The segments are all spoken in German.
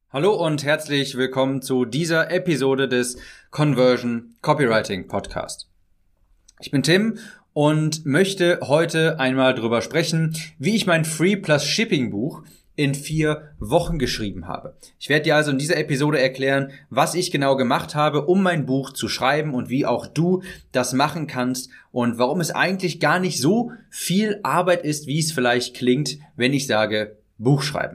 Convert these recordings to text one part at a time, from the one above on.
Hallo und herzlich willkommen zu dieser Episode des Conversion Copywriting Podcast. Ich bin Tim und möchte heute einmal drüber sprechen, wie ich mein Free Plus Shipping Buch in 4 Wochen geschrieben habe. Ich werde dir also in dieser Episode erklären, was ich genau gemacht habe, um mein Buch zu schreiben und wie auch du das machen kannst und warum es eigentlich gar nicht so viel Arbeit ist, wie es vielleicht klingt, wenn ich sage Buch schreiben.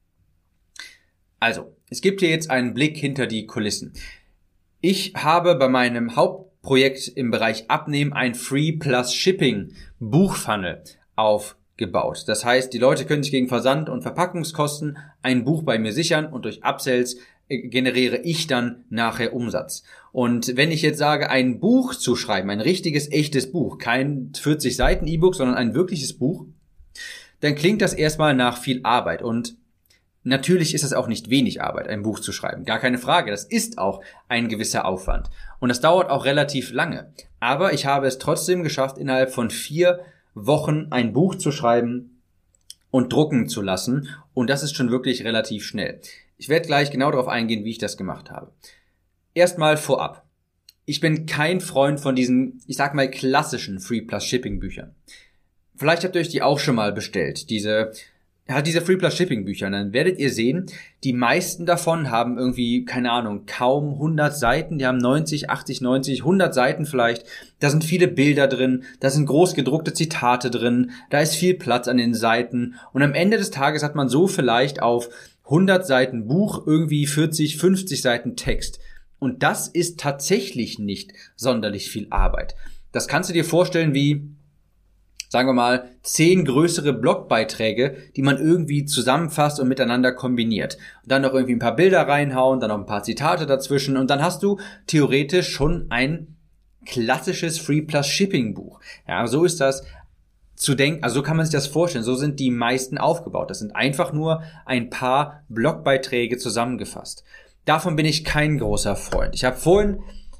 Also, es gibt hier jetzt einen Blick hinter die Kulissen. Ich habe bei meinem Hauptprojekt im Bereich Abnehmen ein Free Plus Shipping Buchfunnel aufgebaut. Das heißt, die Leute können sich gegen Versand und Verpackungskosten ein Buch bei mir sichern und durch Upsells generiere ich dann nachher Umsatz. Und wenn ich jetzt sage, ein Buch zu schreiben, ein richtiges, echtes Buch, kein 40 Seiten E-Book, sondern ein wirkliches Buch, dann klingt das erstmal nach viel Arbeit. Und natürlich ist es auch nicht wenig Arbeit, ein Buch zu schreiben. Gar keine Frage. Das ist auch ein gewisser Aufwand. Und das dauert auch relativ lange. Aber ich habe es trotzdem geschafft, innerhalb von 4 Wochen ein Buch zu schreiben und drucken zu lassen. Und das ist schon wirklich relativ schnell. Ich werde gleich genau darauf eingehen, wie ich das gemacht habe. Erstmal vorab. Ich bin kein Freund von diesen, ich sag mal, klassischen Free Plus Shipping Büchern. Vielleicht habt ihr euch die auch schon mal bestellt. Diese Free Plus Shipping Bücher, und dann werdet ihr sehen, die meisten davon haben irgendwie, keine Ahnung, kaum 100 Seiten, die haben 90, 80, 90, 100 Seiten vielleicht, da sind viele Bilder drin, da sind groß gedruckte Zitate drin, da ist viel Platz an den Seiten und am Ende des Tages hat man so vielleicht auf 100 Seiten Buch irgendwie 40, 50 Seiten Text und das ist tatsächlich nicht sonderlich viel Arbeit. Das kannst du dir vorstellen wie, sagen wir mal, 10 größere Blogbeiträge, die man irgendwie zusammenfasst und miteinander kombiniert. Und dann noch irgendwie ein paar Bilder reinhauen, dann noch ein paar Zitate dazwischen und dann hast du theoretisch schon ein klassisches Free Plus Shipping Buch. Ja, so ist das zu denken, also so kann man sich das vorstellen. So sind die meisten aufgebaut. Das sind einfach nur ein paar Blogbeiträge zusammengefasst. Davon bin ich kein großer Freund. Ich habe vorhin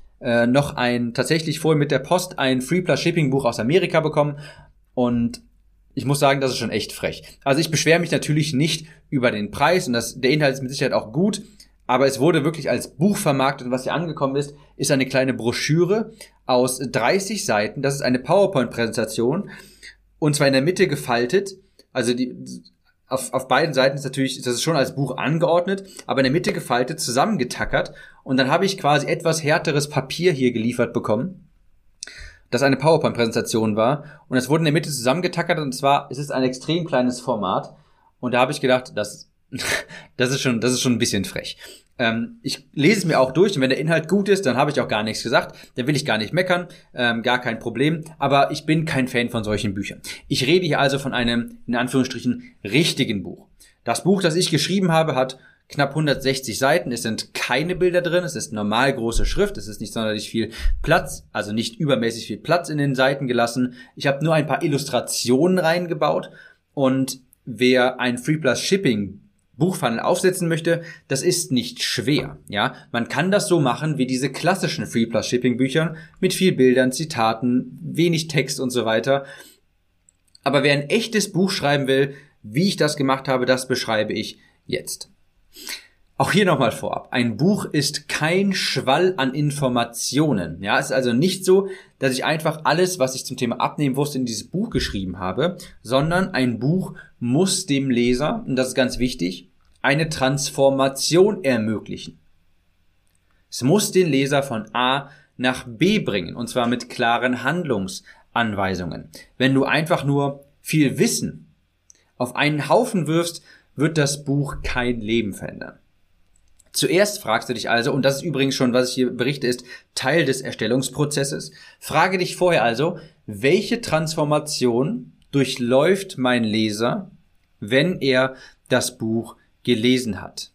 tatsächlich mit der Post ein Free Plus Shipping Buch aus Amerika bekommen. Und ich muss sagen, das ist schon echt frech. Also ich beschwere mich natürlich nicht über den Preis und der Inhalt ist mit Sicherheit auch gut, aber es wurde wirklich als Buch vermarktet und was hier angekommen ist eine kleine Broschüre aus 30 Seiten. Das ist eine PowerPoint-Präsentation und zwar in der Mitte gefaltet. Also auf beiden Seiten ist das ist schon als Buch angeordnet, aber in der Mitte gefaltet, zusammengetackert und dann habe ich quasi etwas härteres Papier hier geliefert bekommen, das eine PowerPoint-Präsentation war und es wurde in der Mitte zusammengetackert und zwar es ist ein extrem kleines Format und da habe ich gedacht, das ist schon ein bisschen frech. Ich lese es mir auch durch und wenn der Inhalt gut ist, dann habe ich auch gar nichts gesagt, dann will ich gar nicht meckern, gar kein Problem, aber ich bin kein Fan von solchen Büchern. Ich rede hier also von einem, in Anführungsstrichen, richtigen Buch. Das Buch, das ich geschrieben habe, hat knapp 160 Seiten, es sind keine Bilder drin, es ist normal große Schrift, es ist nicht sonderlich viel Platz, also nicht übermäßig viel Platz in den Seiten gelassen. Ich habe nur ein paar Illustrationen reingebaut und wer ein Free Plus Shipping Buchfunnel aufsetzen möchte, das ist nicht schwer, ja. Man kann das so machen wie diese klassischen Free Plus Shipping Büchern mit viel Bildern, Zitaten, wenig Text und so weiter. Aber wer ein echtes Buch schreiben will, wie ich das gemacht habe, das beschreibe ich jetzt. Auch hier nochmal vorab. Ein Buch ist kein Schwall an Informationen. Ja, es ist also nicht so, dass ich einfach alles, was ich zum Thema Abnehmen wusste, in dieses Buch geschrieben habe, sondern ein Buch muss dem Leser, und das ist ganz wichtig, eine Transformation ermöglichen. Es muss den Leser von A nach B bringen, und zwar mit klaren Handlungsanweisungen. Wenn du einfach nur viel Wissen auf einen Haufen wirfst, wird das Buch kein Leben verändern. Zuerst fragst du dich also, und das ist übrigens schon, was ich hier berichte, ist Teil des Erstellungsprozesses, frage dich vorher also, welche Transformation durchläuft mein Leser, wenn er das Buch gelesen hat?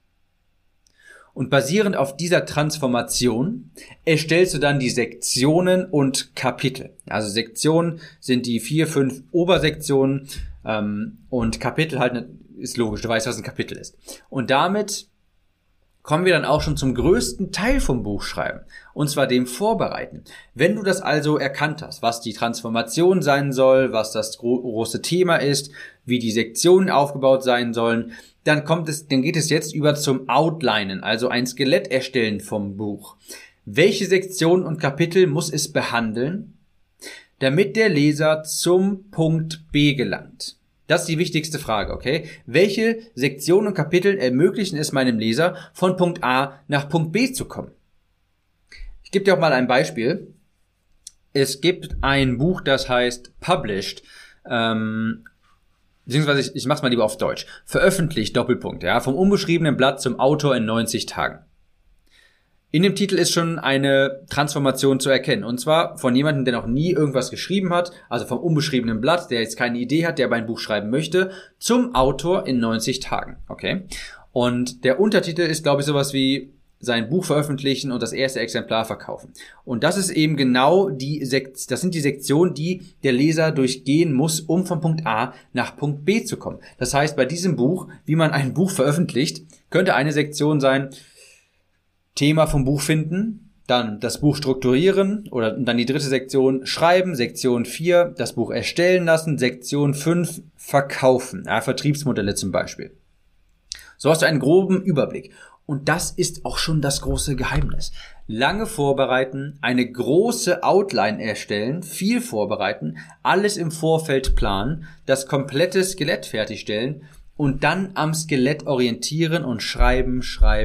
Und basierend auf dieser Transformation erstellst du dann die Sektionen und Kapitel. Also Sektionen sind die 4, 5 Obersektionen und Kapitel halt ist logisch, du weißt, was ein Kapitel ist. Und damit kommen wir dann auch schon zum größten Teil vom Buchschreiben, und zwar dem Vorbereiten. Wenn du das also erkannt hast, was die Transformation sein soll, was das große Thema ist, wie die Sektionen aufgebaut sein sollen, dann geht es jetzt über zum Outlinen, also ein Skelett erstellen vom Buch. Welche Sektionen und Kapitel muss es behandeln, damit der Leser zum Punkt B gelangt? Das ist die wichtigste Frage, okay? Welche Sektionen und Kapitel ermöglichen es meinem Leser, von Punkt A nach Punkt B zu kommen? Ich gebe dir auch mal ein Beispiel. Es gibt ein Buch, das heißt Published, beziehungsweise ich mach's mal lieber auf Deutsch. Veröffentlicht, Doppelpunkt, ja, vom unbeschriebenen Blatt zum Autor in 90 Tagen. In dem Titel ist schon eine Transformation zu erkennen. Und zwar von jemandem, der noch nie irgendwas geschrieben hat, also vom unbeschriebenen Blatt, der jetzt keine Idee hat, der aber ein Buch schreiben möchte, zum Autor in 90 Tagen. Okay? Und der Untertitel ist, glaube ich, sowas wie sein Buch veröffentlichen und das erste Exemplar verkaufen. Und das ist eben genau das sind die Sektionen, die der Leser durchgehen muss, um von Punkt A nach Punkt B zu kommen. Das heißt, bei diesem Buch, wie man ein Buch veröffentlicht, könnte eine Sektion sein, Thema vom Buch finden, dann das Buch strukturieren oder dann die dritte Sektion schreiben, Sektion 4 das Buch erstellen lassen, Sektion 5 verkaufen, Vertriebsmodelle zum Beispiel. So hast du einen groben Überblick. Und das ist auch schon das große Geheimnis. Lange vorbereiten, eine große Outline erstellen, viel vorbereiten, alles im Vorfeld planen, das komplette Skelett fertigstellen und dann am Skelett orientieren und schreiben.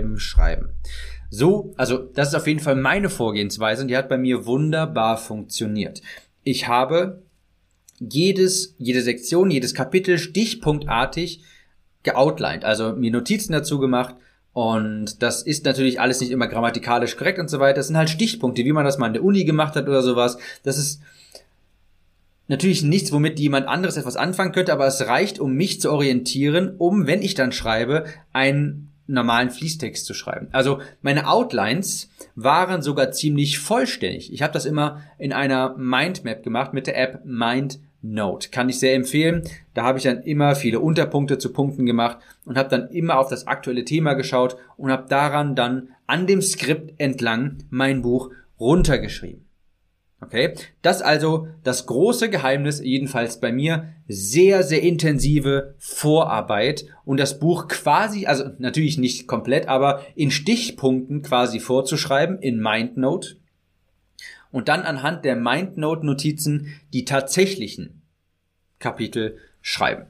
So, also das ist auf jeden Fall meine Vorgehensweise und die hat bei mir wunderbar funktioniert. Ich habe jede Sektion, jedes Kapitel stichpunktartig geoutlined, also mir Notizen dazu gemacht. Und das ist natürlich alles nicht immer grammatikalisch korrekt und so weiter. Das sind halt Stichpunkte, wie man das mal in der Uni gemacht hat oder sowas. Das ist natürlich nichts, womit jemand anderes etwas anfangen könnte, aber es reicht, um mich zu orientieren, um, wenn ich dann schreibe, einen normalen Fließtext zu schreiben. Also meine Outlines waren sogar ziemlich vollständig. Ich habe das immer in einer Mindmap gemacht mit der App MindNote. Kann ich sehr empfehlen. Da habe ich dann immer viele Unterpunkte zu Punkten gemacht und habe dann immer auf das aktuelle Thema geschaut und habe daran dann an dem Skript entlang mein Buch runtergeschrieben. Okay, das also das große Geheimnis, jedenfalls bei mir, sehr, sehr intensive Vorarbeit und das Buch quasi, also natürlich nicht komplett, aber in Stichpunkten quasi vorzuschreiben in MindNote und dann anhand der MindNote-Notizen die tatsächlichen Kapitel schreiben.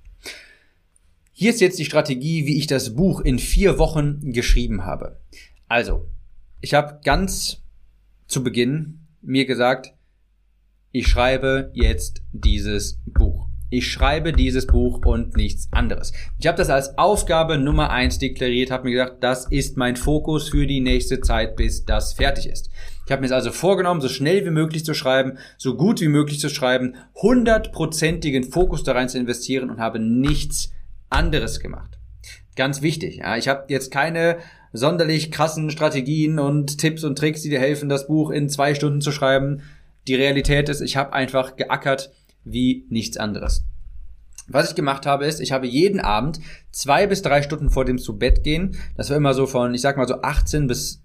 Hier ist jetzt die Strategie, wie ich das Buch in 4 Wochen geschrieben habe. Also, ich habe ganz zu Beginn mir gesagt, ich schreibe jetzt dieses Buch. Ich schreibe dieses Buch und nichts anderes. Ich habe das als Aufgabe Nummer 1 deklariert, habe mir gesagt, das ist mein Fokus für die nächste Zeit, bis das fertig ist. Ich habe mir es also vorgenommen, so schnell wie möglich zu schreiben, so gut wie möglich zu schreiben, 100%igen Fokus da rein zu investieren und habe nichts anderes gemacht. Ganz wichtig, ja, ich habe jetzt keine sonderlich krassen Strategien und Tipps und Tricks, die dir helfen, das Buch in 2 Stunden zu schreiben. Die Realität ist, ich habe einfach geackert wie nichts anderes. Was ich gemacht habe, ist, ich habe jeden Abend 2 bis 3 Stunden vor dem zu Bett gehen, das war immer so von, ich sag mal so 18 bis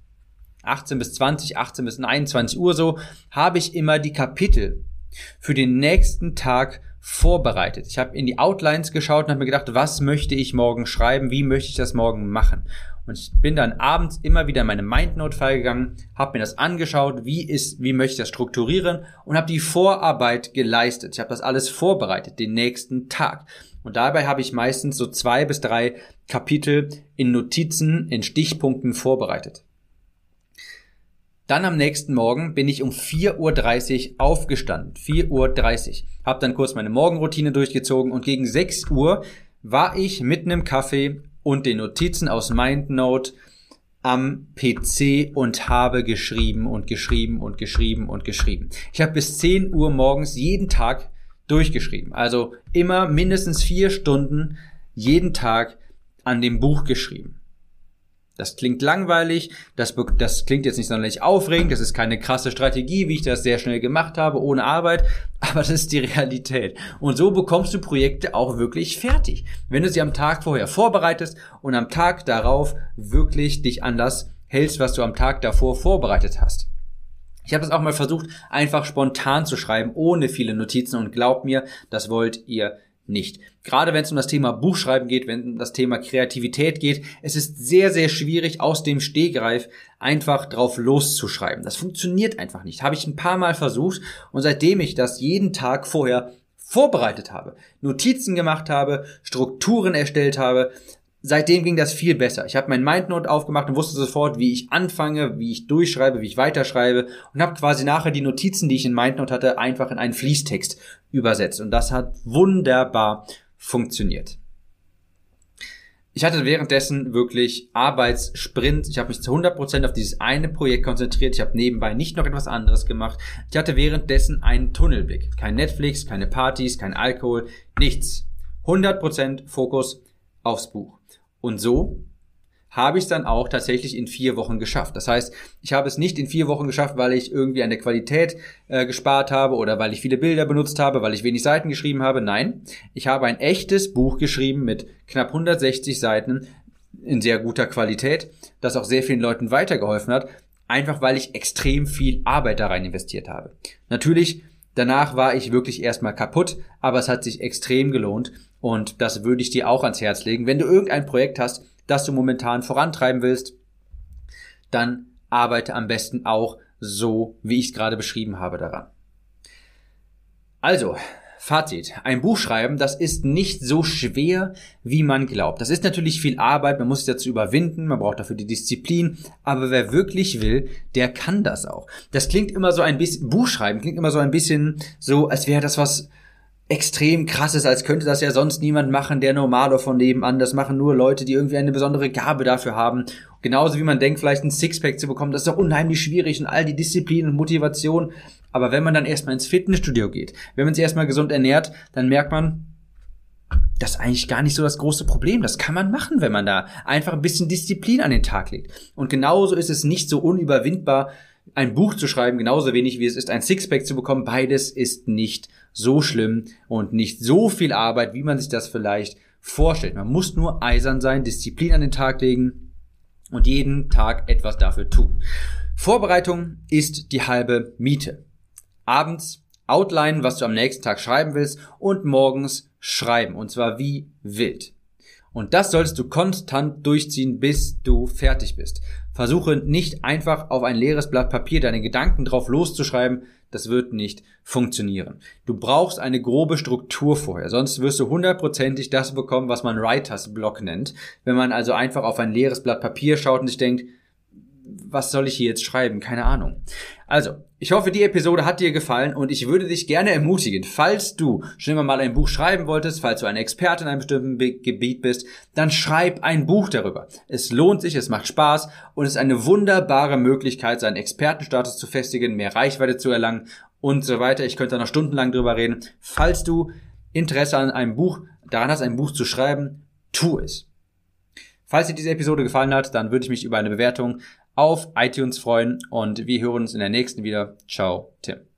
20, 18 bis 21 Uhr so, habe ich immer die Kapitel für den nächsten Tag vorbereitet. Ich habe in die Outlines geschaut und habe mir gedacht, was möchte ich morgen schreiben, wie möchte ich das morgen machen? Und ich bin dann abends immer wieder in meine MindNote-File gegangen, habe mir das angeschaut, wie möchte ich das strukturieren und habe die Vorarbeit geleistet. Ich habe das alles vorbereitet, den nächsten Tag. Und dabei habe ich meistens so 2 bis 3 Kapitel in Notizen, in Stichpunkten vorbereitet. Dann am nächsten Morgen bin ich um 4:30 Uhr aufgestanden. 4:30 Uhr. Hab dann kurz meine Morgenroutine durchgezogen und gegen 6 Uhr war ich mit einem Kaffee und den Notizen aus MindNote am PC und habe geschrieben. Ich habe bis 10 Uhr morgens jeden Tag durchgeschrieben. Also immer mindestens 4 Stunden jeden Tag an dem Buch geschrieben. Das klingt langweilig, das klingt jetzt nicht sonderlich aufregend, das ist keine krasse Strategie, wie ich das sehr schnell gemacht habe, ohne Arbeit, aber das ist die Realität. Und so bekommst du Projekte auch wirklich fertig, wenn du sie am Tag vorher vorbereitest und am Tag darauf wirklich dich an das hältst, was du am Tag davor vorbereitet hast. Ich habe es auch mal versucht, einfach spontan zu schreiben, ohne viele Notizen und glaubt mir, das wollt ihr nicht. Gerade wenn es um das Thema Buchschreiben geht, wenn es um das Thema Kreativität geht, es ist sehr, sehr schwierig, aus dem Stegreif einfach drauf loszuschreiben. Das funktioniert einfach nicht. Habe ich ein paar Mal versucht und seitdem ich das jeden Tag vorher vorbereitet habe, Notizen gemacht habe, Strukturen erstellt habe, seitdem ging das viel besser. Ich habe mein Mindnote aufgemacht und wusste sofort, wie ich anfange, wie ich durchschreibe, wie ich weiterschreibe und habe quasi nachher die Notizen, die ich in Mindnote hatte, einfach in einen Fließtext übersetzt. Und das hat wunderbar funktioniert. Ich hatte währenddessen wirklich Arbeitssprints. Ich habe mich zu 100% auf dieses eine Projekt konzentriert. Ich habe nebenbei nicht noch etwas anderes gemacht. Ich hatte währenddessen einen Tunnelblick. Kein Netflix, keine Partys, kein Alkohol, nichts. 100% Fokus aufs Buch. Und so habe ich es dann auch tatsächlich in 4 Wochen geschafft. Das heißt, ich habe es nicht in 4 Wochen geschafft, weil ich irgendwie an der Qualität gespart habe oder weil ich viele Bilder benutzt habe, weil ich wenig Seiten geschrieben habe. Nein, ich habe ein echtes Buch geschrieben mit knapp 160 Seiten in sehr guter Qualität, das auch sehr vielen Leuten weitergeholfen hat, einfach weil ich extrem viel Arbeit da rein investiert habe. Natürlich, danach war ich wirklich erstmal kaputt, aber es hat sich extrem gelohnt und das würde ich dir auch ans Herz legen. Wenn du irgendein Projekt hast, das du momentan vorantreiben willst, dann arbeite am besten auch so, wie ich es gerade beschrieben habe, daran. Also, Fazit. Ein Buch schreiben, das ist nicht so schwer, wie man glaubt. Das ist natürlich viel Arbeit, man muss es dazu überwinden, man braucht dafür die Disziplin, aber wer wirklich will, der kann das auch. Das klingt immer so ein bisschen, Buchschreiben klingt immer so ein bisschen so, als wäre das was extrem krasses, als könnte das ja sonst niemand machen, der Normalo von nebenan. Das machen nur Leute, die irgendwie eine besondere Gabe dafür haben. Genauso wie man denkt, vielleicht ein Sixpack zu bekommen, das ist doch unheimlich schwierig und all die Disziplin und Motivation. Aber wenn man dann erstmal ins Fitnessstudio geht, wenn man sich erstmal gesund ernährt, dann merkt man, das ist eigentlich gar nicht so das große Problem. Das kann man machen, wenn man da einfach ein bisschen Disziplin an den Tag legt. Und genauso ist es nicht so unüberwindbar, ein Buch zu schreiben, genauso wenig wie es ist, ein Sixpack zu bekommen. Beides ist nicht so schlimm und nicht so viel Arbeit, wie man sich das vielleicht vorstellt. Man muss nur eisern sein, Disziplin an den Tag legen und jeden Tag etwas dafür tun. Vorbereitung ist die halbe Miete. Abends outlinen, was du am nächsten Tag schreiben willst und morgens schreiben. Und zwar wie wild. Und das solltest du konstant durchziehen, bis du fertig bist. Versuche nicht einfach auf ein leeres Blatt Papier deine Gedanken drauf loszuschreiben. Das wird nicht funktionieren. Du brauchst eine grobe Struktur vorher, sonst wirst du 100%ig das bekommen, was man Writers Block nennt. Wenn man also einfach auf ein leeres Blatt Papier schaut und sich denkt, was soll ich hier jetzt schreiben? Keine Ahnung. Also, ich hoffe, die Episode hat dir gefallen und ich würde dich gerne ermutigen, falls du schon immer mal ein Buch schreiben wolltest, falls du ein Experte in einem bestimmten Gebiet bist, dann schreib ein Buch darüber. Es lohnt sich, es macht Spaß und es ist eine wunderbare Möglichkeit, seinen Expertenstatus zu festigen, mehr Reichweite zu erlangen und so weiter. Ich könnte da noch stundenlang drüber reden. Falls du Interesse an einem Buch, daran hast, ein Buch zu schreiben, tu es. Falls dir diese Episode gefallen hat, dann würde ich mich über eine Bewertung auf iTunes freuen und wir hören uns in der nächsten wieder. Ciao, Tim.